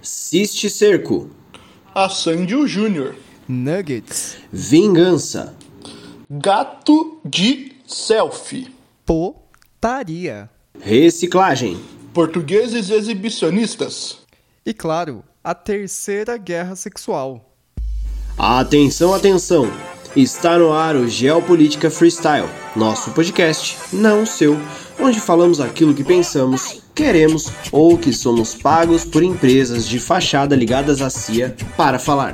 Cisticerco, Assandio Júnior, Nuggets, Vingança, Gato de Selfie, Potaria Reciclagem, Portugueses Exibicionistas. e, claro, a Terceira Guerra Sexual. Atenção, atenção! Está no ar o Geopolítica Freestyle, nosso podcast, não o seu, onde falamos aquilo que pensamos, queremos ou que somos pagos por empresas de fachada ligadas à CIA para falar.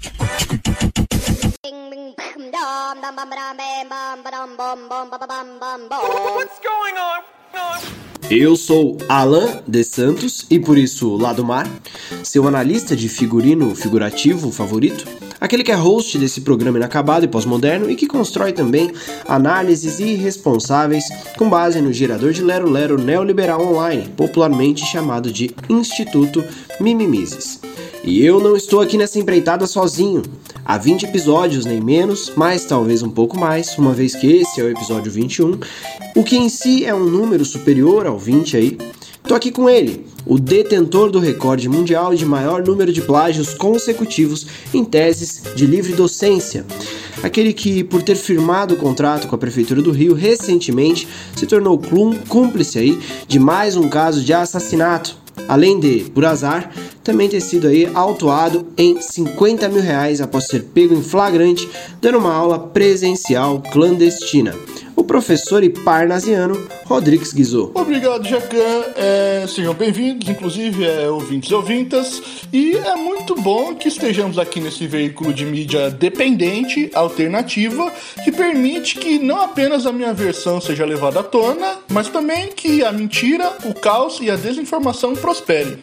What's going on? Eu sou Alan de Santos e por isso lá do mar, seu analista de figurino figurativo favorito, aquele que é host desse programa inacabado e pós-moderno e que constrói também análises irresponsáveis com base no gerador de lero-lero neoliberal online, popularmente chamado de Instituto Mimimises. E eu não estou aqui nessa empreitada sozinho. Há 20 episódios, nem menos, mas talvez um pouco mais, uma vez que esse é o episódio 21, o que em si é um número superior ao 20 aí. Tô aqui com ele, o detentor do recorde mundial de maior número de plágios consecutivos em teses de livre docência. Aquele que, por ter firmado o contrato com a Prefeitura do Rio recentemente, se tornou cúmplice aí de mais um caso de assassinato. Além de, por azar, também ter sido aí autuado em 50 mil reais após ser pego em flagrante dando uma aula presencial clandestina. O professor e parnasiano Rodrigues Guizot. Obrigado, Jacan. Sejam bem-vindos, inclusive ouvintes e ouvintas. E é muito bom que estejamos aqui nesse veículo de mídia dependente, alternativa, que permite que não apenas a minha versão seja levada à tona, mas também que a mentira, o caos e a desinformação prosperem.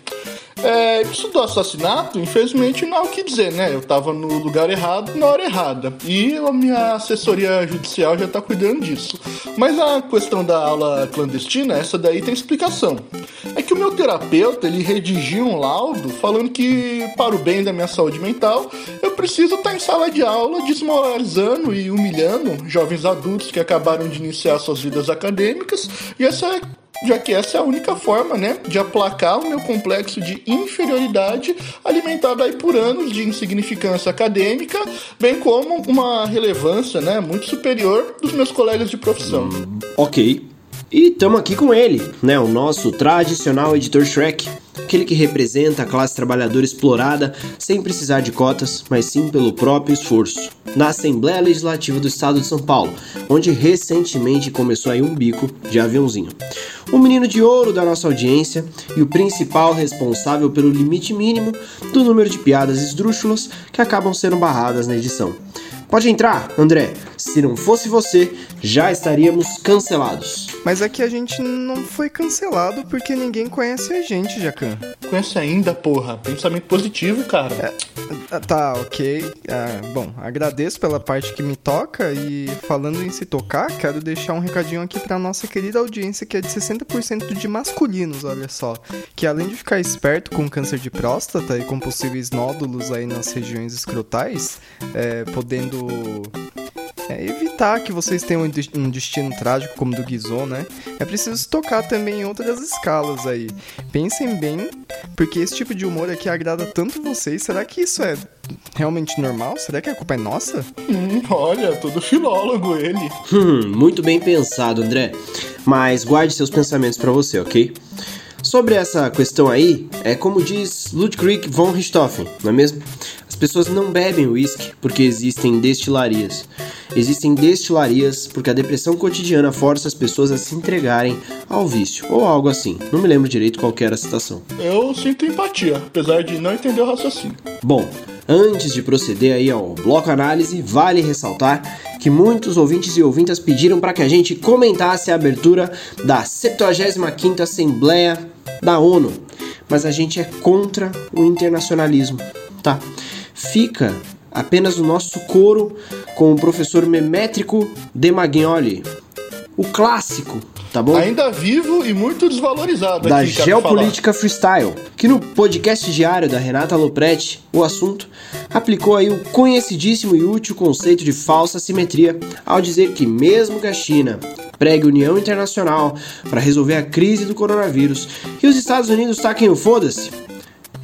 Isso do assassinato, infelizmente, não há o que dizer, né? Eu tava no lugar errado, na hora errada. E a minha assessoria judicial já tá cuidando disso. Mas a questão da aula clandestina, essa daí tem explicação. É que o meu terapeuta, ele redigiu um laudo falando que, para o bem da minha saúde mental, eu preciso estar em sala de aula desmoralizando e humilhando jovens adultos que acabaram de iniciar suas vidas acadêmicas. E já que essa é a única forma, né, de aplacar o meu complexo de inferioridade alimentado aí por anos de insignificância acadêmica, bem como uma relevância, né, muito superior dos meus colegas de profissão. Ok. E estamos aqui com ele, né, o nosso tradicional editor Shrek, aquele que representa a classe trabalhadora explorada sem precisar de cotas, mas sim pelo próprio esforço, na Assembleia Legislativa do Estado de São Paulo, onde recentemente começou aí um bico de aviãozinho. O menino de ouro da nossa audiência e o principal responsável pelo limite mínimo do número de piadas esdrúxulas que acabam sendo barradas na edição. Pode entrar, André. Se não fosse você, já estaríamos cancelados. Mas é que a gente não foi cancelado porque ninguém conhece a gente, Jacan. Conhece ainda, porra. Pensamento positivo, cara. Tá, ok. Bom, agradeço pela parte que me toca e falando em se tocar, quero deixar um recadinho aqui pra nossa querida audiência que é de 60% de masculinos, olha só. Que além de ficar esperto com câncer de próstata e com possíveis nódulos aí nas regiões escrotais, podendo evitar que vocês tenham um destino trágico como o do Guizot, né? É preciso tocar também em outras escalas aí. Pensem bem, porque esse tipo de humor aqui agrada tanto vocês. Será que isso é realmente normal? Será que a culpa é nossa? Olha, todo filólogo ele. Muito bem pensado, André. Mas guarde seus pensamentos pra você, ok? Sobre essa questão aí, é como diz Ludwig von Richthofen, não é mesmo? As pessoas não bebem uísque porque existem destilarias. Existem destilarias porque a depressão cotidiana força as pessoas a se entregarem ao vício, ou algo assim. Não me lembro direito qual que era a citação. Eu sinto empatia, apesar de não entender o raciocínio. Bom, antes de proceder aí ao bloco análise, vale ressaltar que muitos ouvintes e ouvintas pediram para que a gente comentasse a abertura da 75ª Assembleia da ONU, mas a gente é contra o internacionalismo, tá? Fica apenas o nosso coro com o professor Memétrico de Magnoli, o clássico, tá bom? Ainda vivo e muito desvalorizado da aqui, Geopolítica Freestyle, que no podcast diário da Renata Lopretti, o assunto, aplicou aí o conhecidíssimo e útil conceito de falsa simetria ao dizer que mesmo que a China pregue união internacional para resolver a crise do coronavírus e os Estados Unidos taquem o foda-se,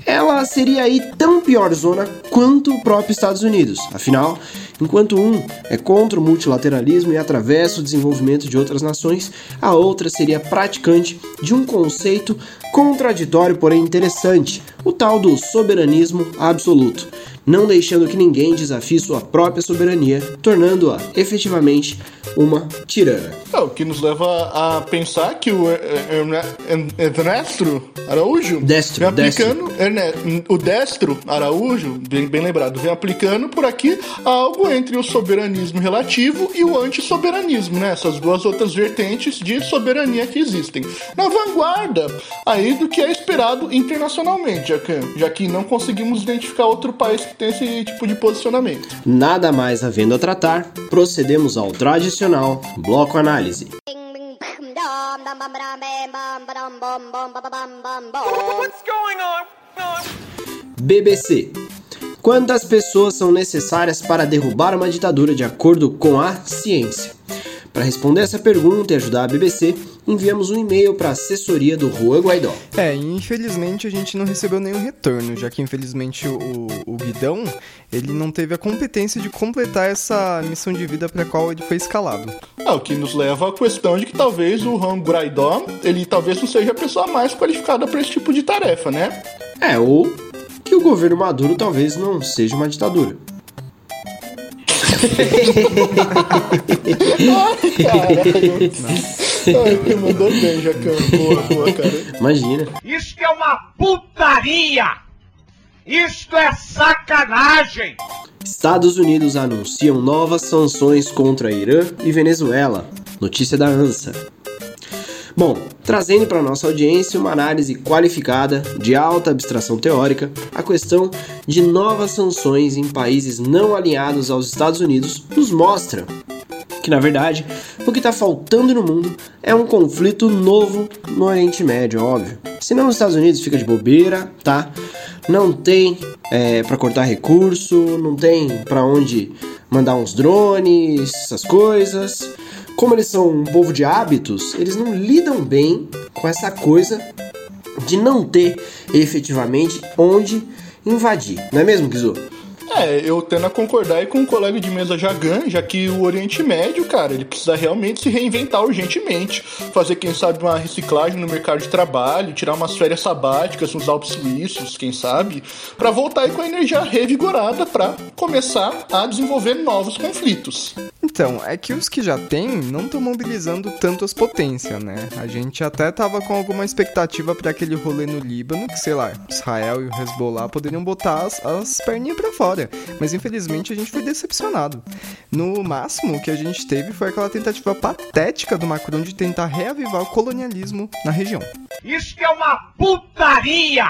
ela seria aí tão pior zona quanto o próprio Estados Unidos. Afinal, enquanto um é contra o multilateralismo e atravessa o desenvolvimento de outras nações, a outra seria praticante de um conceito contraditório, porém interessante, o tal do soberanismo absoluto, não deixando que ninguém desafie sua própria soberania, tornando-a efetivamente uma tirana. O que nos leva a pensar que o Ernesto Araújo vem aplicando, o Destro Araújo, bem lembrado, vem aplicando por aqui algo entre o soberanismo relativo e o antissoberanismo, né? Essas duas outras vertentes de soberania que existem. Na vanguarda aí do que é esperado internacionalmente, já que não conseguimos identificar outro país que tem esse tipo de posicionamento. Nada mais havendo a tratar, procedemos ao tradicional bloco análise. What's going on? BBC. Quantas pessoas são necessárias para derrubar uma ditadura de acordo com a ciência? Para responder essa pergunta e ajudar a BBC, enviamos um e-mail para a assessoria do Juan Guaidó. Infelizmente a gente não recebeu nenhum retorno, já que infelizmente o Guidão, ele não teve a competência de completar essa missão de vida para a qual ele foi escalado. O que nos leva à questão de que talvez o Juan Guaidó, ele talvez não seja a pessoa mais qualificada para esse tipo de tarefa, né? Ou que o governo Maduro talvez não seja uma ditadura. Caralho. Mandou bem, Jacão. Boa, cara. Imagina. Isto é uma putaria! Isto é sacanagem! Estados Unidos anunciam novas sanções contra Irã e Venezuela. Notícia da ANSA. Bom, trazendo para nossa audiência uma análise qualificada, de alta abstração teórica, a questão de novas sanções em países não alinhados aos Estados Unidos nos mostra que, na verdade, o que está faltando no mundo é um conflito novo no Oriente Médio, óbvio. Senão os Estados Unidos fica de bobeira, tá? Não tem para cortar recurso, não tem para onde mandar uns drones, essas coisas. Como eles são um povo de hábitos, eles não lidam bem com essa coisa de não ter efetivamente onde invadir. Não é mesmo, Kizo? Eu tendo a concordar aí com o colega de mesa Jagan, já que o Oriente Médio, cara, ele precisa realmente se reinventar urgentemente, fazer, quem sabe, uma reciclagem no mercado de trabalho, tirar umas férias sabáticas nos Alpes Suíços, quem sabe, pra voltar aí com a energia revigorada pra começar a desenvolver novos conflitos. Então, é que os que já tem não estão mobilizando tanto as potências, né? A gente até tava com alguma expectativa para aquele rolê no Líbano, que, sei lá, Israel e o Hezbollah poderiam botar as perninhas pra fora. Mas, infelizmente, a gente foi decepcionado. No máximo, o que a gente teve foi aquela tentativa patética do Macron de tentar reavivar o colonialismo na região. Isto é uma putaria!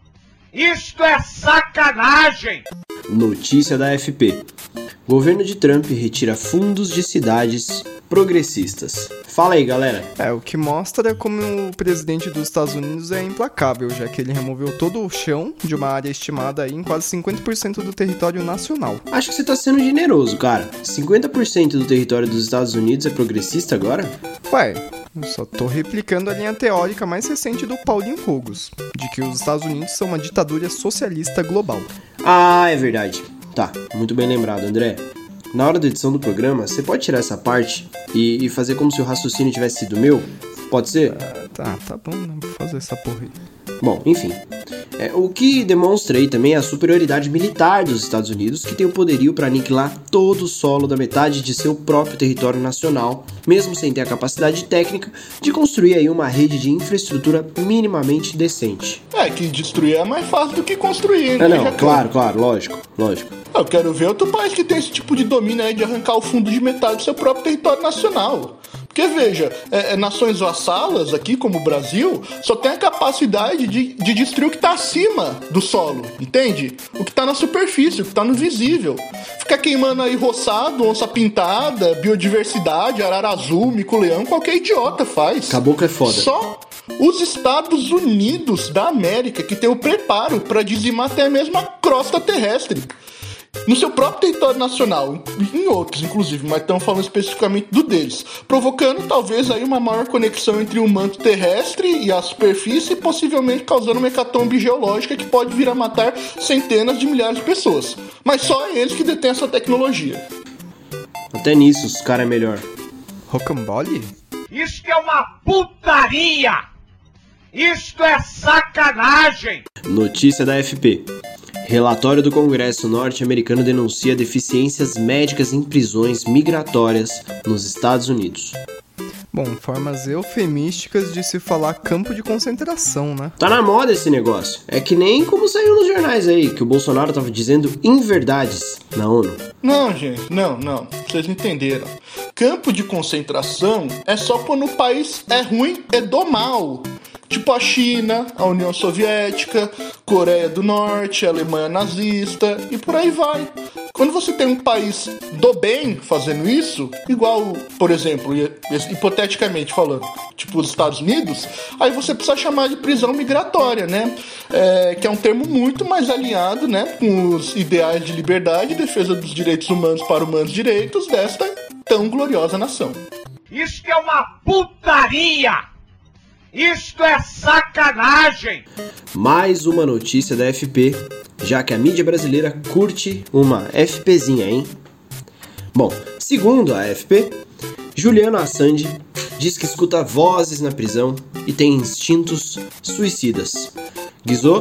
Isto é sacanagem! Notícia da AFP. Governo de Trump retira fundos de cidades progressistas. Fala aí, galera. O que mostra como o presidente dos Estados Unidos é implacável, já que ele removeu todo o chão de uma área estimada aí em quase 50% do território nacional. Acho que você tá sendo generoso, cara. 50% do território dos Estados Unidos é progressista agora? Eu só tô replicando a linha teórica mais recente do Paulinho Rogos, de que os Estados Unidos são uma ditadura socialista global. É verdade. Tá, muito bem lembrado, André. Na hora da edição do programa, você pode tirar essa parte e fazer como se o raciocínio tivesse sido meu? Pode ser? Tá bom, não vou fazer essa porra aí. Bom, enfim. O que demonstra aí também a superioridade militar dos Estados Unidos, que tem o poderio para aniquilar todo o solo da metade de seu próprio território nacional, mesmo sem ter a capacidade técnica de construir aí uma rede de infraestrutura minimamente decente. Que destruir é mais fácil do que construir, né? Não, claro, lógico. Eu quero ver outro país que tem esse tipo de domínio aí de arrancar o fundo de metade do seu próprio território nacional. Porque, veja, nações vassalas aqui, como o Brasil, só tem a capacidade de destruir o que está acima do solo, entende? O que está na superfície, o que está no visível. Ficar queimando aí roçado, onça pintada, biodiversidade, arara azul, mico-leão, qualquer idiota faz. Caboclo é foda. Só os Estados Unidos da América que tem o preparo para dizimar até mesmo a crosta terrestre. no seu próprio território nacional, em outros inclusive, mas estamos falando especificamente do deles, provocando talvez aí uma maior conexão entre o manto terrestre e a superfície, possivelmente causando uma hecatombe geológica que pode vir a matar centenas de milhares de pessoas. Mas só eles que detêm essa tecnologia. Até nisso os caras é melhor. Rocambole? Isto é uma putaria! Isto é sacanagem! Notícia da AFP. Relatório do Congresso norte-americano denuncia deficiências médicas em prisões migratórias nos Estados Unidos. Bom, formas eufemísticas de se falar campo de concentração, né? Tá na moda esse negócio. É que nem como saiu nos jornais aí, que o Bolsonaro tava dizendo inverdades na ONU. Não, gente, não. Vocês entenderam. Campo de concentração é só quando o país é ruim e do mal. Tipo a China, a União Soviética, Coreia do Norte, a Alemanha nazista e por aí vai. Quando você tem um país do bem fazendo isso, igual, por exemplo, hipoteticamente falando, tipo os Estados Unidos, aí você precisa chamar de prisão migratória, né? Que é um termo muito mais alinhado, né, com os ideais de liberdade e defesa dos direitos humanos para humanos direitos desta tão gloriosa nação. Isto é uma putaria! Isto é sacanagem! Mais uma notícia da FP, já que a mídia brasileira curte uma FPzinha, hein? Bom, segundo a AFP, Julian Assange diz que escuta vozes na prisão e tem instintos suicidas. Guizô?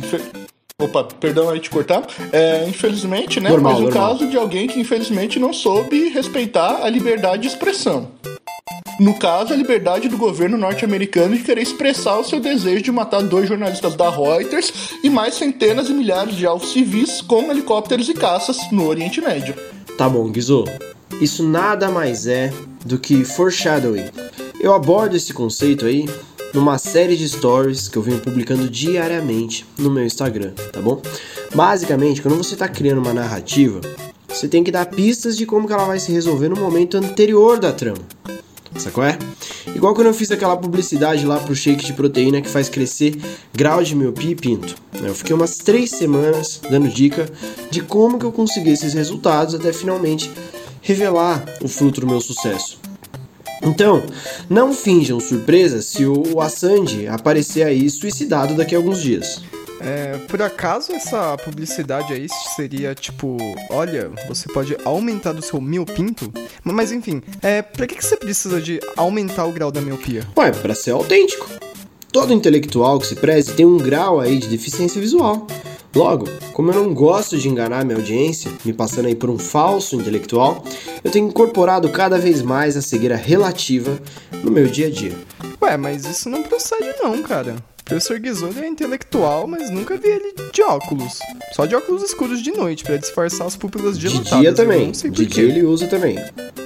Opa, perdão aí te cortar. Infelizmente, né? Normal, mas o normal. caso de alguém que infelizmente não soube respeitar a liberdade de expressão. No caso, a liberdade do governo norte-americano de querer expressar o seu desejo de matar 2 jornalistas da Reuters e mais centenas e milhares de alvos civis com helicópteros e caças no Oriente Médio. Tá bom, Guizô. Isso nada mais é do que foreshadowing. Eu abordo esse conceito aí numa série de stories que eu venho publicando diariamente no meu Instagram, tá bom? Basicamente, quando você tá criando uma narrativa, você tem que dar pistas de como que ela vai se resolver no momento anterior da trama. Sabe qual é? Igual quando eu fiz aquela publicidade lá pro shake de proteína que faz crescer grau de miopia e pinto. Eu fiquei umas 3 semanas dando dica de como que eu consegui esses resultados até finalmente revelar o fruto do meu sucesso. Então, não finjam surpresa se o Assange aparecer aí suicidado daqui a alguns dias. Por acaso essa publicidade aí seria tipo, olha, você pode aumentar do seu miopinto? Mas enfim, pra que você precisa de aumentar o grau da miopia? Ué, pra ser autêntico. Todo intelectual que se preze tem um grau aí de deficiência visual. Logo, como eu não gosto de enganar minha audiência, me passando aí por um falso intelectual, eu tenho incorporado cada vez mais a cegueira relativa no meu dia a dia. Ué, mas isso não procede não, cara. O professor Guizô é intelectual, mas nunca vi ele de óculos. Só de óculos escuros de noite, pra disfarçar as púpilas dilatadas. De dia também, não sei de porquê. dia ele usa também.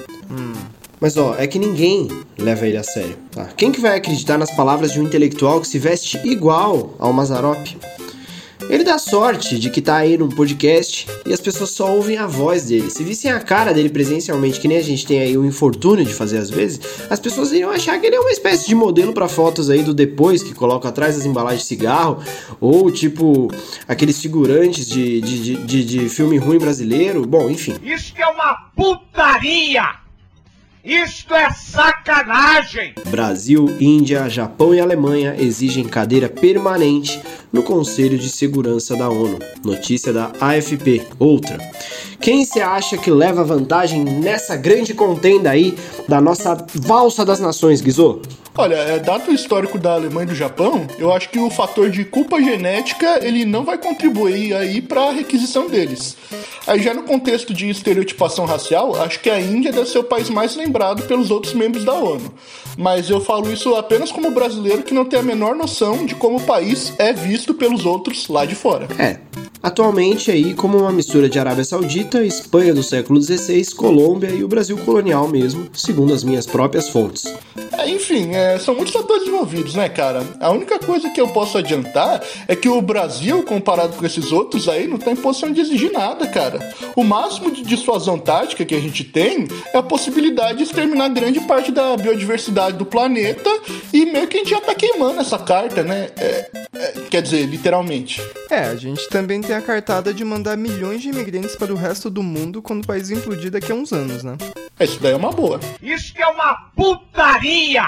Mas ó, é que ninguém leva ele a sério, tá? Quem que vai acreditar nas palavras de um intelectual que se veste igual ao Mazzaropi? Ele dá sorte de que tá aí num podcast e as pessoas só ouvem a voz dele. Se vissem a cara dele presencialmente, que nem a gente tem aí o infortúnio de fazer às vezes, as pessoas iriam achar que ele é uma espécie de modelo pra fotos aí do depois, que coloca atrás das embalagens de cigarro, ou tipo, aqueles figurantes de filme ruim brasileiro. Bom, enfim. Isto é uma putaria! Isto é sacanagem! Brasil, Índia, Japão e Alemanha exigem cadeira permanente no Conselho de Segurança da ONU. Notícia da AFP. Outra. Quem você acha que leva vantagem nessa grande contenda aí da nossa valsa das nações, Guizô? Olha, dado o histórico da Alemanha e do Japão, eu acho que o fator de culpa genética, ele não vai contribuir aí para a requisição deles. Aí já no contexto de estereotipação racial, acho que a Índia deve ser o país mais lembrado pelos outros membros da ONU. Mas eu falo isso apenas como brasileiro que não tem a menor noção de como o país é visto pelos outros lá de fora. Atualmente aí como uma mistura de Arábia Saudita, Espanha do século XVI, Colômbia e o Brasil colonial mesmo, segundo as minhas próprias fontes. Enfim, são muitos fatores envolvidos, né, cara? A única coisa que eu posso adiantar é que o Brasil, comparado com esses outros aí, não tá em posição de exigir nada, cara. O máximo de dissuasão tática que a gente tem é a possibilidade de exterminar grande parte da biodiversidade do planeta e meio que a gente já tá queimando essa carta, né? Quer dizer, literalmente. A gente também tem a cartada de mandar milhões de imigrantes para o resto do mundo quando o país implodir daqui a uns anos, né? Isso daí é uma boa. Isto é uma putaria!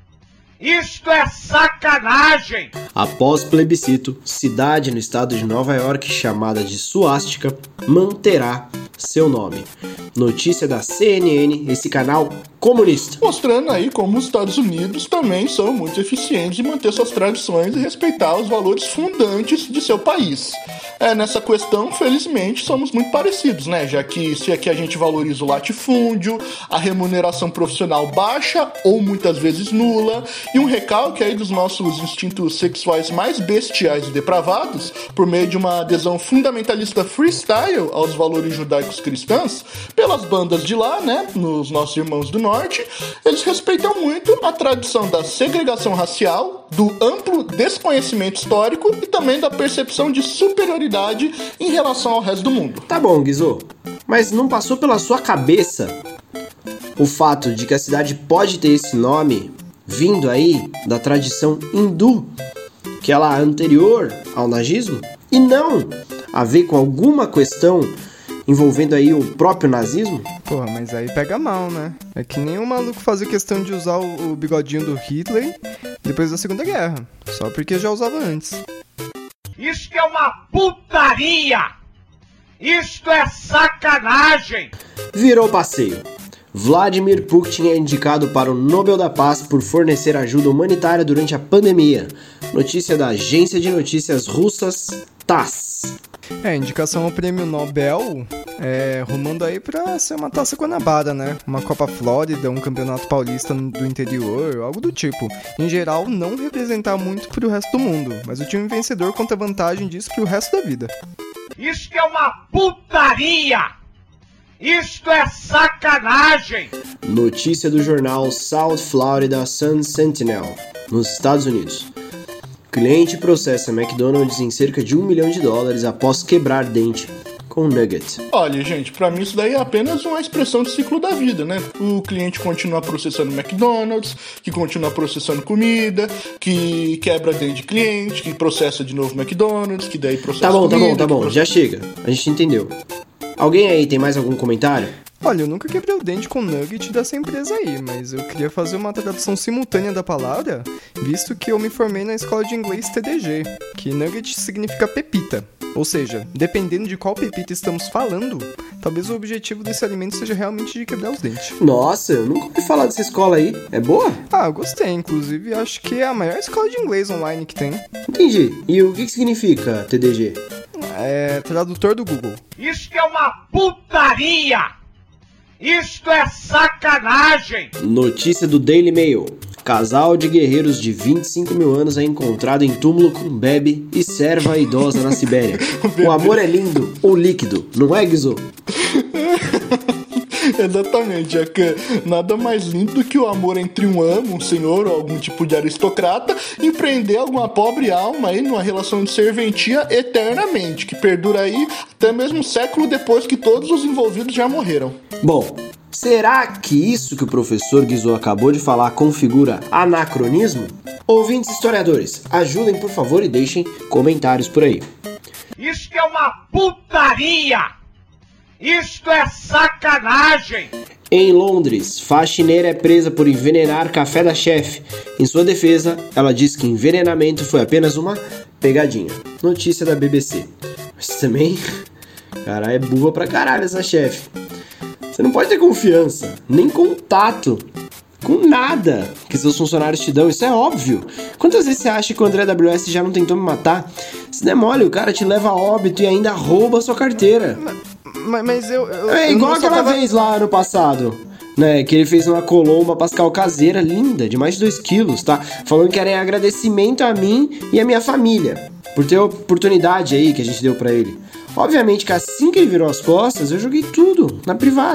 Isto é sacanagem! Após plebiscito, cidade no estado de Nova York chamada de Suástica manterá seu nome. Notícia da CNN, esse canal comunista. Mostrando aí como os Estados Unidos também são muito eficientes em manter suas tradições e respeitar os valores fundantes de seu país. Nessa questão, felizmente, somos muito parecidos, né? Já que se aqui a gente valoriza o latifúndio, a remuneração profissional baixa ou muitas vezes nula, e um recalque aí dos nossos instintos sexuais mais bestiais e depravados, por meio de uma adesão fundamentalista freestyle aos valores judaicos cristãos, pelas bandas de lá, né? Nos nossos irmãos do norte, eles respeitam muito a tradição da segregação racial, do amplo desconhecimento histórico e também da percepção de superioridade em relação ao resto do mundo. Tá bom, Guizô, mas não passou pela sua cabeça o fato de que a cidade pode ter esse nome vindo aí da tradição hindu, que ela é anterior ao nazismo, e não a ver com alguma questão envolvendo aí o próprio nazismo? Porra, mas aí pega mal, né? É que nem o maluco fazer questão de usar o bigodinho do Hitler depois da Segunda Guerra, só porque já usava antes. Isto é uma putaria! Isto é sacanagem! Virou passeio. Vladimir Putin é indicado para o Nobel da Paz por fornecer ajuda humanitária durante a pandemia. Notícia da agência de notícias russas TASS. Indicação ao prêmio Nobel rumando aí pra ser uma Taça Guanabara, né? Uma Copa Flórida, um campeonato paulista do interior, algo do tipo. Em geral, não representar muito pro resto do mundo, mas o time vencedor conta vantagem disso pro resto da vida. Isto é uma putaria! Isto é sacanagem! Notícia do jornal South Florida Sun Sentinel, nos Estados Unidos. Cliente processa McDonald's em cerca de $1 milhão após quebrar dente com nugget. Olha, gente, pra mim isso daí é apenas uma expressão de ciclo da vida, né? O cliente continua processando McDonald's, que continua processando comida, que quebra dente de cliente, que processa de novo McDonald's, que daí processa comida... Tá bom, já chega. A gente entendeu. Alguém aí tem mais algum comentário? Olha, eu nunca quebrei o dente com nugget dessa empresa aí, mas eu queria fazer uma tradução simultânea da palavra, visto que eu me formei na escola de inglês TDG, que nugget significa pepita. Ou seja, dependendo de qual pepita estamos falando, talvez o objetivo desse alimento seja realmente de quebrar os dentes. Nossa, eu nunca ouvi falar dessa escola aí. É boa? Eu gostei, inclusive acho que é a maior escola de inglês online que tem. Entendi. E o que significa TDG? É tradutor do Google. Isto é uma putaria! Isto é sacanagem! Notícia do Daily Mail. Casal de guerreiros de 25 mil anos é encontrado em túmulo com bebê e serva idosa na Sibéria. O amor é lindo ou líquido, não é, Guizô? Exatamente, é que nada mais lindo do que o amor entre um amo, um senhor ou algum tipo de aristocrata e prender alguma pobre alma aí numa relação de serventia eternamente, que perdura aí até mesmo um século depois que todos os envolvidos já morreram. Bom, será que isso que o professor Guizô acabou de falar configura anacronismo? Ouvintes historiadores, ajudem por favor e deixem comentários por aí. Isto é uma putaria! Isto é sacanagem! Em Londres, faxineira é presa por envenenar café da chefe. Em sua defesa, ela diz que envenenamento foi apenas uma pegadinha. Notícia da BBC. Mas também, cara, é burra pra caralho essa chefe. Você não pode ter confiança, nem contato, com nada que seus funcionários te dão, isso é óbvio. Quantas vezes você acha que o André WS já não tentou me matar? Se der mole, o cara te leva a óbito e ainda rouba a sua carteira. Mas eu é igual aquela vez lá no passado, né, que ele fez uma colomba pascal caseira linda, de mais de 2 quilos, tá? Falando que era em agradecimento a mim e a minha família, por ter a oportunidade aí que a gente deu pra ele. Obviamente que assim que ele virou as costas, eu joguei tudo na privada.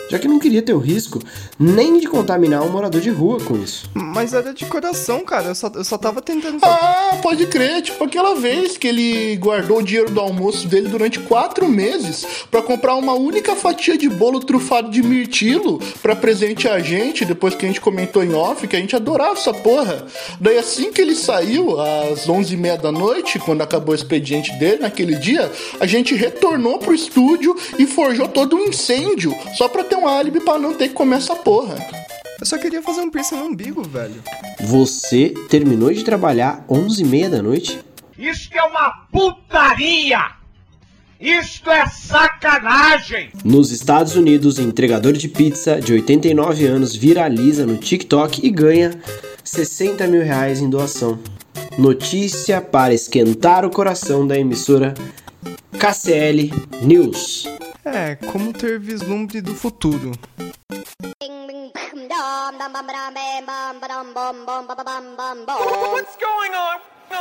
já que não queria ter o risco nem de contaminar um morador de rua com isso. Mas era de coração, cara, eu só tava tentando... Ah, pode crer, tipo aquela vez que ele guardou o dinheiro do almoço dele durante 4 meses pra comprar uma única fatia de bolo trufado de mirtilo pra presente a gente, depois que a gente comentou em off, que a gente adorava essa porra. Daí assim que ele saiu, às 11h30 da noite, quando acabou o expediente dele naquele dia, a gente retornou pro estúdio e forjou todo um incêndio, só pra ter um álibi pra não ter que comer essa porra. Eu só queria fazer um piercing no umbigo, velho. Você terminou de trabalhar 11h30 da noite? Isto é uma putaria! Isto é sacanagem! Nos Estados Unidos, entregador de pizza de 89 anos viraliza no TikTok e ganha R$60 mil em doação. Notícia para esquentar o coração da emissora KCL News. É, como ter vislumbre do futuro. What's going on?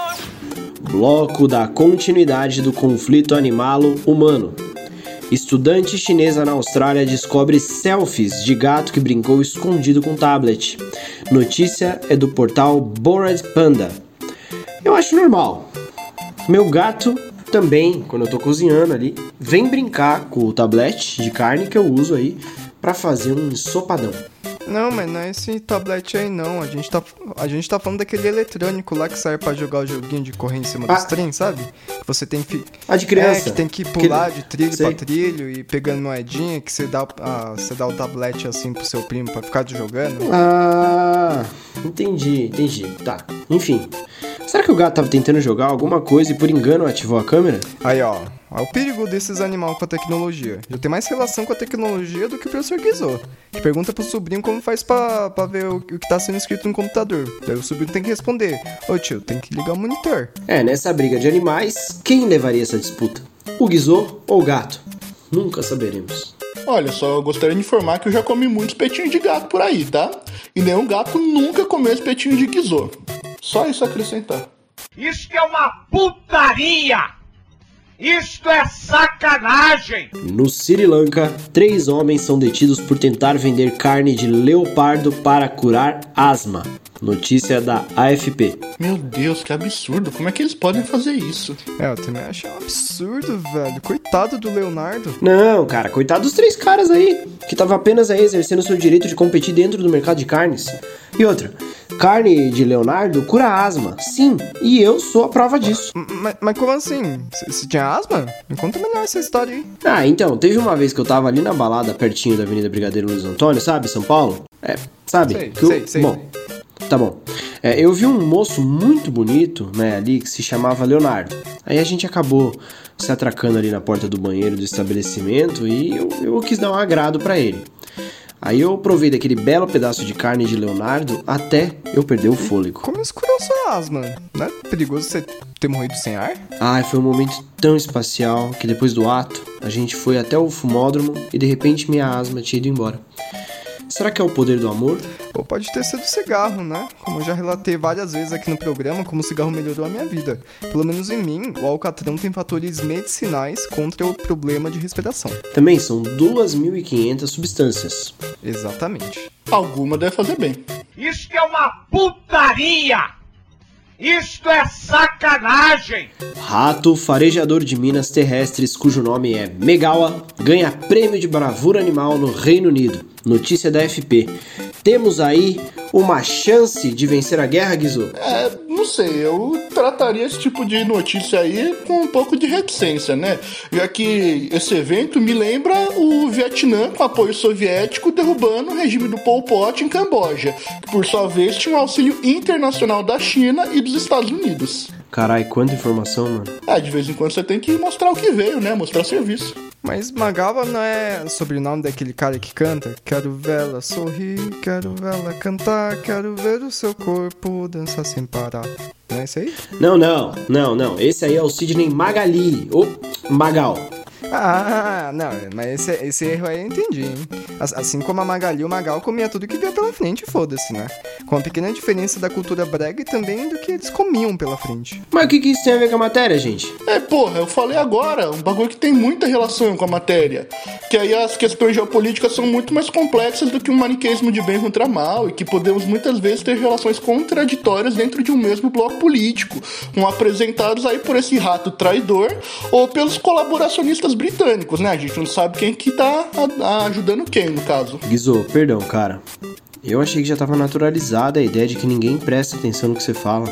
Bloco da continuidade do conflito animalo-humano. Estudante chinesa na Austrália descobre selfies de gato que brincou escondido com tablet. Notícia é do portal Bored Panda. Eu acho normal. Meu gato também, quando eu tô cozinhando ali, vem brincar com o tablet de carne que eu uso aí pra fazer um ensopadão. Não, mas não é esse tablet aí não. A gente tá falando daquele eletrônico lá que serve pra jogar o joguinho de correr em cima dos trem, sabe? Que você tem que... de criança. Que tem que pular de trilho Sei. pra trilho e pegando moedinha, que você dá o tablet assim pro seu primo pra ficar jogando. Ah, entendi. Tá, enfim. Será que o gato tava tentando jogar alguma coisa e por engano ativou a câmera? Aí, ó. Olha o perigo desses animais com a tecnologia. Já tem mais relação com a tecnologia do que o professor Guizot, que pergunta pro sobrinho como faz pra ver o que tá sendo escrito no computador. Daí o sobrinho tem que responder: ô tio, tem que ligar o monitor. Nessa briga de animais, quem levaria essa disputa? O Guizot ou o gato? Nunca saberemos. Olha só, eu gostaria de informar que eu já comi muitos espetinhos de gato por aí, tá? E nenhum gato nunca comeu espetinho de Guizot. Só isso a acrescentar. Isto é uma putaria! Isto é sacanagem! No Sri Lanka, 3 homens são detidos por tentar vender carne de leopardo para curar asma. Notícia da AFP. Meu Deus, que absurdo. Como é que eles podem fazer isso? Eu também achei um absurdo, velho. Coitado do Leonardo. Não, cara, coitado dos 3 caras aí, que tava apenas aí exercendo seu direito de competir dentro do mercado de carnes. E outra, carne de Leonardo cura asma, sim, e eu sou a prova disso. Mas como assim? Você tinha asma? Me conta melhor essa história aí. Então, teve uma vez que eu tava ali na balada pertinho da Avenida Brigadeiro Luiz Antônio, sabe, São Paulo? Sabe? Sei. Bom, tá bom. Eu vi um moço muito bonito, né, ali, que se chamava Leonardo. Aí a gente acabou se atracando ali na porta do banheiro do estabelecimento e eu quis dar um agrado pra ele. Aí eu provei daquele belo pedaço de carne de Leonardo até eu perder o fôlego. Como isso curou sua asma? Não é perigoso você ter morrido sem ar? Foi um momento tão espacial que depois do ato, a gente foi até o fumódromo e de repente minha asma tinha ido embora. Será que é o poder do amor? Ou pode ter sido cigarro, né? Como eu já relatei várias vezes aqui no programa, como o cigarro melhorou a minha vida. Pelo menos em mim, o alcatrão tem fatores medicinais contra o problema de respiração. Também são 2.500 substâncias. Exatamente. Alguma deve fazer bem. Isto é uma putaria! Isto é sacanagem! Rato farejador de minas terrestres, cujo nome é Megawa, ganha prêmio de bravura animal no Reino Unido. Notícia da FP. Temos aí uma chance de vencer a guerra, Guizot? Não sei, eu trataria esse tipo de notícia aí com um pouco de reticência, né? Já que esse evento me lembra o Vietnã com apoio soviético derrubando o regime do Pol Pot em Camboja, que por sua vez tinha um auxílio internacional da China e dos Estados Unidos. Carai, quanta informação, mano. De vez em quando você tem que mostrar o que veio, né? Mostrar serviço. Mas Magawa não é sobrenome daquele cara que canta? Quero vê-la sorrir, quero vê-la cantar, quero ver o seu corpo dançar sem parar. Não é isso aí? Não. Esse aí é o Sidney Magali, ou Magal. Ah, não, mas esse erro aí eu entendi, hein? Assim como a Magali, o Magal comia tudo que via pela frente, foda-se, né? Com a pequena diferença da cultura brega e também do que eles comiam pela frente. Mas o que isso tem a ver com a matéria, gente? Porra, eu falei agora, um bagulho que tem muita relação com a matéria. Que aí as questões geopolíticas são muito mais complexas do que um maniqueísmo de bem contra mal, e que podemos muitas vezes ter relações contraditórias dentro de um mesmo bloco político, com apresentados aí por esse rato traidor ou pelos colaboracionistas britânicos, né? A gente não sabe quem que tá ajudando quem, no caso. Guizô, perdão, cara. Eu achei que já tava naturalizada a ideia de que ninguém presta atenção no que você fala.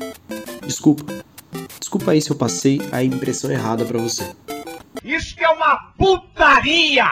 Desculpa aí se eu passei a impressão errada pra você. Isto é uma putaria!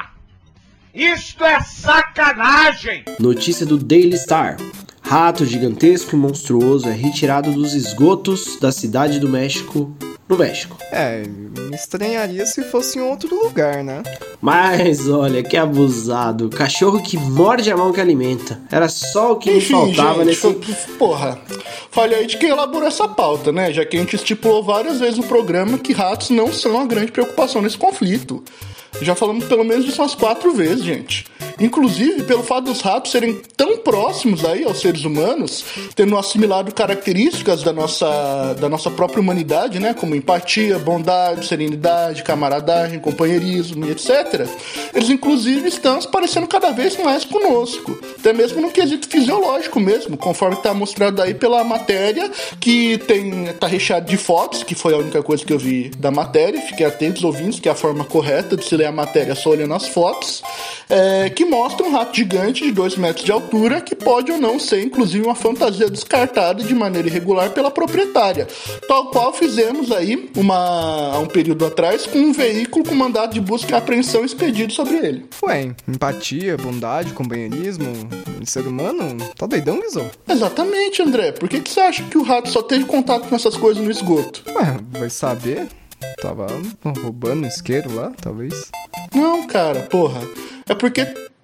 Isto é sacanagem! Notícia do Daily Star. Rato gigantesco e monstruoso é retirado dos esgotos da cidade do México, no México. Me estranharia se fosse em outro lugar, né? Mas olha, que abusado. Cachorro que morde a mão que alimenta. Era só o que me faltava gente, nesse... Porra, falha aí de quem elaborou essa pauta, né? Já que a gente estipulou várias vezes no programa que ratos não são a grande preocupação nesse conflito. Já falamos pelo menos disso umas 4 vezes, gente. Inclusive, pelo fato dos ratos serem tão próximos aí aos seres humanos, tendo assimilado características da nossa própria humanidade, né? Como empatia, bondade, serenidade, camaradagem, companheirismo e etc. Eles, inclusive, estão se parecendo cada vez mais conosco. Até mesmo no quesito fisiológico mesmo, conforme está mostrado aí pela matéria, que tá recheado de fotos, que foi a única coisa que eu vi da matéria. Fiquem atentos, ouvintes, que é a forma correta de se ler a matéria só olhando as fotos, que mostra um rato gigante de 2 metros de altura, que pode ou não ser, inclusive, uma fantasia descartada de maneira irregular pela proprietária, tal qual fizemos aí, há um período atrás, com um veículo com mandado de busca e apreensão expedido sobre ele. Ué, empatia, bondade, companheirismo, ser humano, tá doidão, Guizão? Exatamente, André. Por que você acha que o rato só teve contato com essas coisas no esgoto? Ué, vai saber? Tava roubando isqueiro lá, talvez? Não, cara, porra. É porque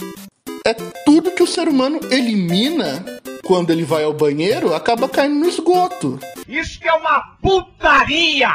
é tudo que o ser humano elimina quando ele vai ao banheiro acaba caindo no esgoto. Isto é uma putaria!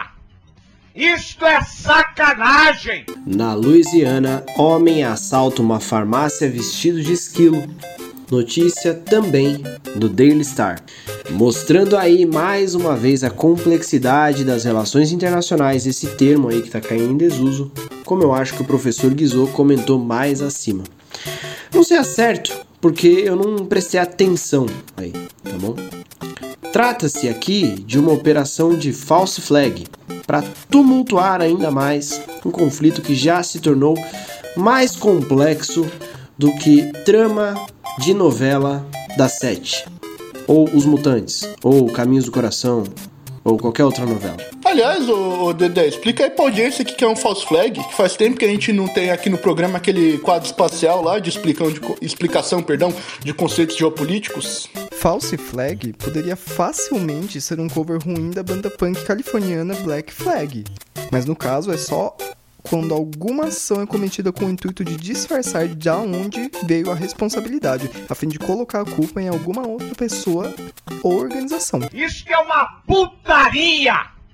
Isto é sacanagem! Na Louisiana, homem assalta uma farmácia vestido de esquilo. Notícia também do Daily Star. Mostrando aí mais uma vez a complexidade das relações internacionais, esse termo aí que tá caindo em desuso, como eu acho que o professor Guizô comentou mais acima. Não sei a certo, porque eu não prestei atenção aí, tá bom? Trata-se aqui de uma operação de false flag, para tumultuar ainda mais um conflito que já se tornou mais complexo do que trama de novela das 7, ou Os Mutantes, ou Caminhos do Coração, ou qualquer outra novela. Aliás, ô Dedé, explica aí pra audiência o que é um false flag, que faz tempo que a gente não tem aqui no programa aquele quadro espacial lá de explicação de conceitos geopolíticos. False Flag poderia facilmente ser um cover ruim da banda punk californiana Black Flag, mas no caso é só quando alguma ação é cometida com o intuito de disfarçar de onde veio a responsabilidade, a fim de colocar a culpa em alguma outra pessoa ou organização. Isto é uma putaria!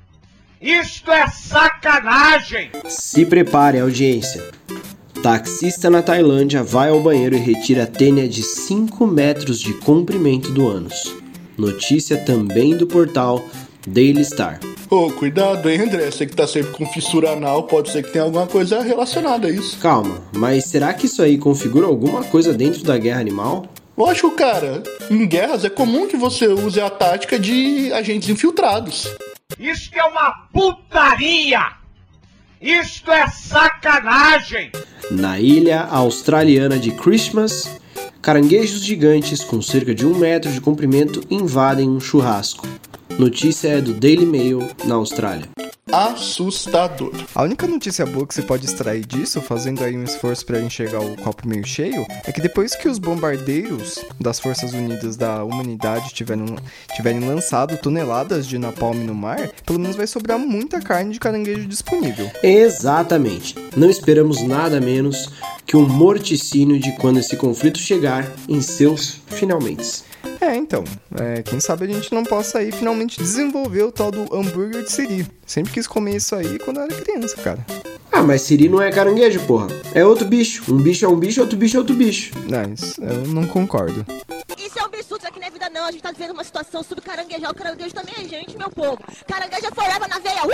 Isto é sacanagem! Se prepare, audiência. Taxista na Tailândia vai ao banheiro e retira a tênia de 5 metros de comprimento do ânus. Notícia também do portal Daily Star. Cuidado, hein, André? Você que tá sempre com fissura anal, pode ser que tenha alguma coisa relacionada a isso. Calma, mas será que isso aí configura alguma coisa dentro da guerra animal? Lógico, cara. Em guerras é comum que você use a tática de agentes infiltrados. Isto é uma putaria! Isto é sacanagem! Na ilha australiana de Christmas, caranguejos gigantes com cerca de 1 metro de comprimento invadem um churrasco. Notícia é do Daily Mail, na Austrália. Assustador. A única notícia boa que você pode extrair disso, fazendo aí um esforço para enxergar o copo meio cheio, é que depois que os bombardeiros das Forças Unidas da Humanidade tiverem lançado toneladas de napalm no mar, pelo menos vai sobrar muita carne de caranguejo disponível. Exatamente. Não esperamos nada menos que um morticínio de quando esse conflito chegar em seus finalmente. Então, quem sabe a gente não possa aí finalmente desenvolver o tal do hambúrguer de siri. Sempre quis comer isso aí quando eu era criança, cara. Ah, mas siri não é caranguejo, porra. É outro bicho. Um bicho é um bicho, outro bicho é outro bicho. Mas eu não concordo. Isso é um absurdo, isso aqui não é vida não. A gente tá vivendo uma situação subcaranguejar. O caranguejo também é gente, meu povo. Caranguejo é forever na veia.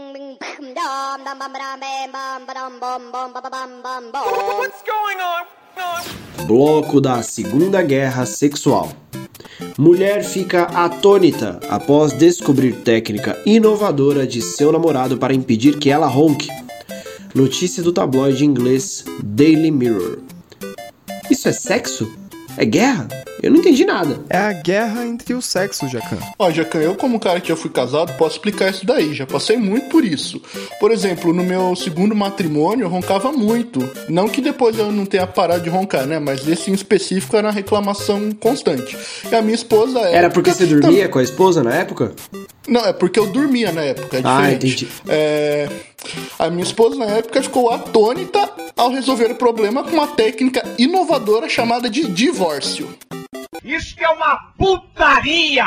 What's going on? Bloco da Segunda Guerra Sexual. Mulher fica atônita após descobrir técnica inovadora de seu namorado para impedir que ela ronque. Notícia do tabloide inglês Daily Mirror. Isso é sexo? É guerra? Eu não entendi nada. É a guerra entre os sexos, Jacan. Ó, Jacan, eu como cara que já fui casado, posso explicar isso daí, já passei muito por isso. Por exemplo, no meu segundo matrimônio, eu roncava muito. Não que depois eu não tenha parado de roncar, né? Mas esse em específico era uma reclamação constante. E a minha esposa... Era porque você dormia com a esposa na época? Não, é porque eu dormia na época, é diferente. Entendi. A minha esposa na época ficou atônita ao resolver o problema com uma técnica inovadora chamada de divórcio. Isto é uma putaria!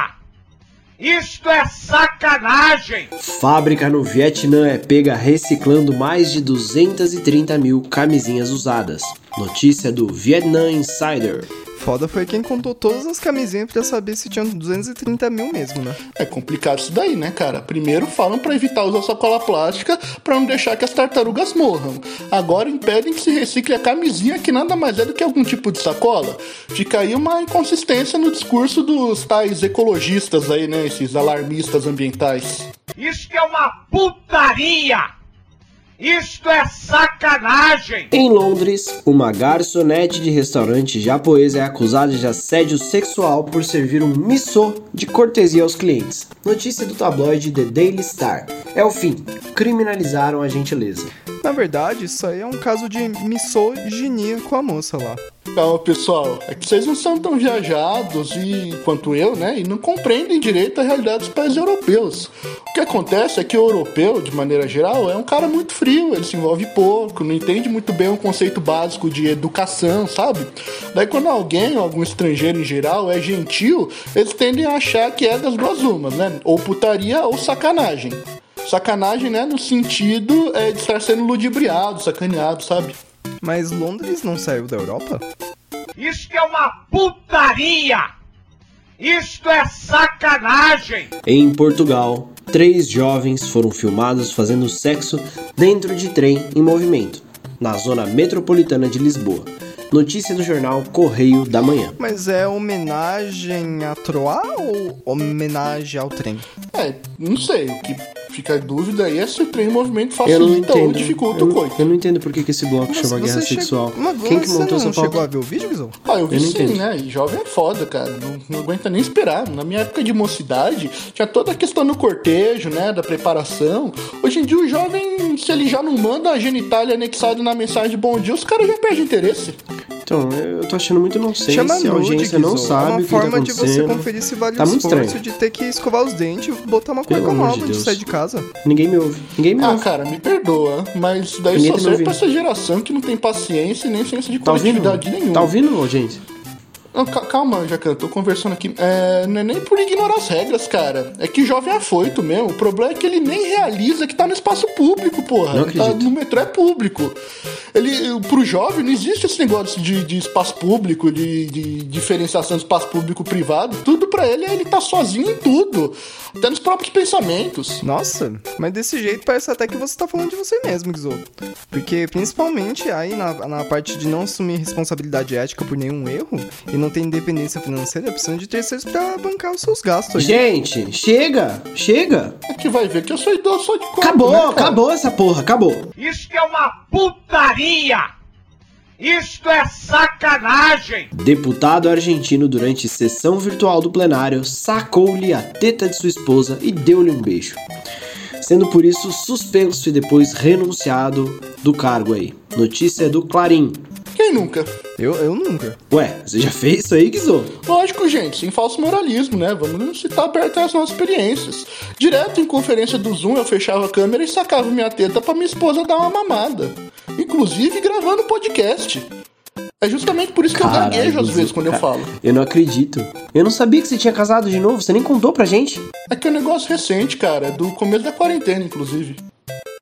Isto é sacanagem! Fábrica no Vietnã é pega reciclando mais de 230 mil camisinhas usadas. Notícia do Vietnam Insider. Foda foi quem contou todas as camisinhas pra saber se tinham 230 mil mesmo, né? É complicado isso daí, né, cara? Primeiro falam pra evitar usar sacola plástica pra não deixar que as tartarugas morram. Agora impedem que se recicle a camisinha, que nada mais é do que algum tipo de sacola. Fica aí uma inconsistência no discurso dos tais ecologistas aí, né? Esses alarmistas ambientais. Isto é uma putaria! Isto é sacanagem! Em Londres, uma garçonete de restaurante japonês é acusada de assédio sexual por servir um missô de cortesia aos clientes. Notícia do tabloide The Daily Star. É o fim. Criminalizaram a gentileza. Na verdade, isso aí é um caso de misoginia com a moça lá. Calma, pessoal, é que vocês não são tão viajados quanto eu, né? E não compreendem direito a realidade dos países europeus. O que acontece é que o europeu, de maneira geral, é um cara muito frio, ele se envolve pouco, não entende muito bem o conceito básico de educação, sabe? Daí quando alguém, algum estrangeiro em geral, é gentil, eles tendem a achar que é das duas umas, né? Ou putaria ou sacanagem. Sacanagem, né? No sentido de estar sendo ludibriado, sacaneado, sabe? Mas Londres não saiu da Europa? Isto é uma putaria! Isto é sacanagem! Em Portugal, 3 jovens foram filmados fazendo sexo dentro de trem em movimento, na zona metropolitana de Lisboa. Notícia do jornal Correio da Manhã. Mas é homenagem a Troá ou homenagem ao trem? Não sei. O que fica em dúvida aí é se o trem em movimento facilita ou dificulta o coito. Eu não entendo por que esse bloco chama guerra sexual. Quem que montou essa pauta? Você não chegou a ver o vídeo, Guizão? Eu vi Eu não sim, entendo. né? E jovem é foda, cara. Não aguenta nem esperar. Na minha época de mocidade, tinha toda a questão do cortejo, né? Da preparação. Hoje em dia, o jovem, se ele já não manda a genitália anexada na mensagem de bom dia, os caras já perdem interesse. Então, eu tô achando muito nonsense. Chama A nude, audiência não Guizão. sabe É o uma que tá forma de você acontecendo. conferir se vale Tá o muito esforço estranho. de ter que escovar os dentes e botar uma Pelo cueca amor nova de de Deus. sair de casa. Ninguém me ouve. Ninguém me ouve. Cara, me perdoa, mas daí Ninguém só tá me serve ouvindo. pra essa geração que não tem paciência e nem ciência de Tá ouvindo? coletividade nenhuma. Tá ouvindo, audiência? Não, calma, Jacan, eu tô conversando aqui. Não é nem por ignorar as regras, cara. É que jovem é afoito mesmo. O problema é que ele nem realiza que tá no espaço público, porra. Não Ele tá acredito. no metrô, é público. Pro jovem não existe esse negócio de espaço público, de diferenciação de espaço público-privado. Tudo pra ele tá sozinho em tudo. Até nos próprios pensamentos. Nossa, mas desse jeito parece até que você tá falando de você mesmo, Guizão. Porque principalmente aí na parte de não assumir responsabilidade ética por nenhum erro e não ter independência financeira, precisando de terceiros pra bancar os seus gastos aí. Gente, chega! Chega! É que vai ver que eu sou idoso só de corpo, Acabou, né, cara? acabou essa porra, acabou. Isto é uma putaria! Isto é sacanagem! Deputado argentino, durante sessão virtual do plenário, sacou-lhe a teta de sua esposa e deu-lhe um beijo. Sendo por isso suspenso e depois renunciado do cargo aí. Notícia do Clarim. Quem nunca? Eu nunca. Ué, você já fez isso aí, Guizô? Lógico, gente, sem falso moralismo, né? Vamos citar perto as nossas experiências. Direto em conferência do Zoom, eu fechava a câmera e sacava minha teta pra minha esposa dar uma mamada. Inclusive gravando podcast. É justamente por isso que eu gaguejo às vezes quando eu falo. Eu não acredito. Eu não sabia que você tinha casado de novo, você nem contou pra gente. É que é um negócio recente, cara, é do começo da quarentena, inclusive.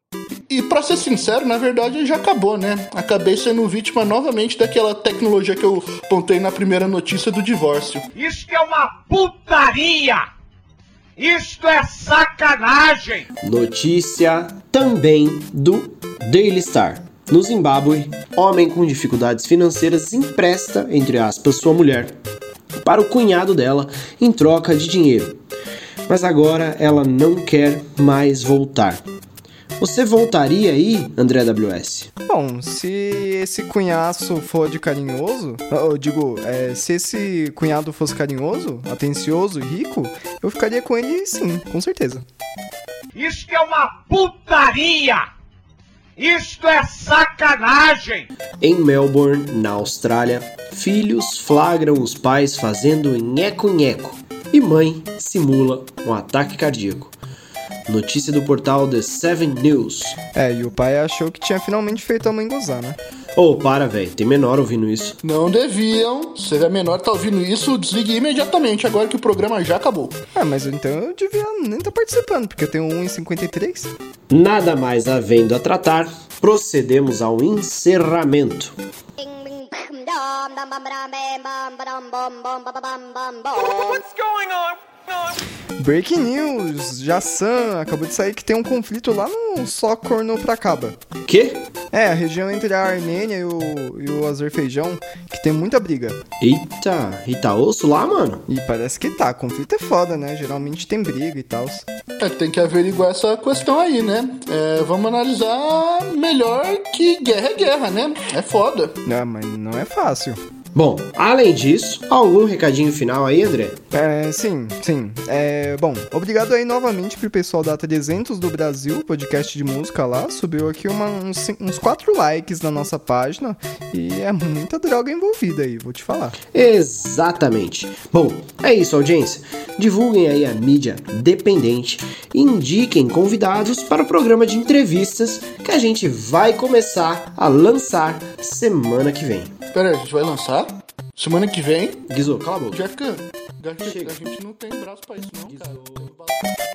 E pra ser sincero, na verdade já acabou, né? Acabei sendo vítima novamente daquela tecnologia que eu apontei na primeira notícia do divórcio. Isto é uma putaria! Isto é sacanagem! Notícia também do Daily Star. No Zimbábue, homem com dificuldades financeiras empresta, entre aspas, sua mulher para o cunhado dela em troca de dinheiro. Mas agora ela não quer mais voltar. Você voltaria aí, André WS? Bom, se esse cunhaço for de carinhoso, se esse cunhado fosse carinhoso, atencioso e rico, eu ficaria com ele sim, com certeza. Isto é uma putaria! Isto é sacanagem! Em Melbourne, na Austrália, filhos flagram os pais fazendo nheco-nheco e mãe simula um ataque cardíaco. Notícia do portal The 7 News. E o pai achou que tinha finalmente feito a mãe gozar, né? Para, velho, tem menor ouvindo isso. Não deviam. Se é menor tá ouvindo isso, desligue imediatamente, agora que o programa já acabou. Mas então eu devia nem estar participando, porque eu tenho 1,53. Nada mais havendo a tratar, procedemos ao encerramento. What's going on? Breaking news! Jassan acabou de sair que tem um conflito lá no Nagorno-Karabakh. Quê? A região entre a Armênia e o Azerbaijão, que tem muita briga. Eita, e tá osso lá, mano? E parece que tá, conflito é foda, né? Geralmente tem briga e tal. Tem que averiguar essa questão aí, né? Vamos analisar melhor que guerra é guerra, né? É foda. Mas não é fácil. Bom, além disso, algum recadinho final aí, André? Sim. Bom, obrigado aí novamente pro pessoal da 300 do Brasil, podcast de música lá. Subiu aqui uns 4 likes na nossa página e é muita droga envolvida aí, vou te falar. Exatamente. Bom, é isso, audiência. Divulguem aí a mídia dependente e indiquem convidados para o programa de entrevistas que a gente vai começar a lançar semana que vem. Pera aí, a gente vai lançar? Semana que vem? Guizô, cala a boca. Jeca, a gente não tem braço pra isso não, cara.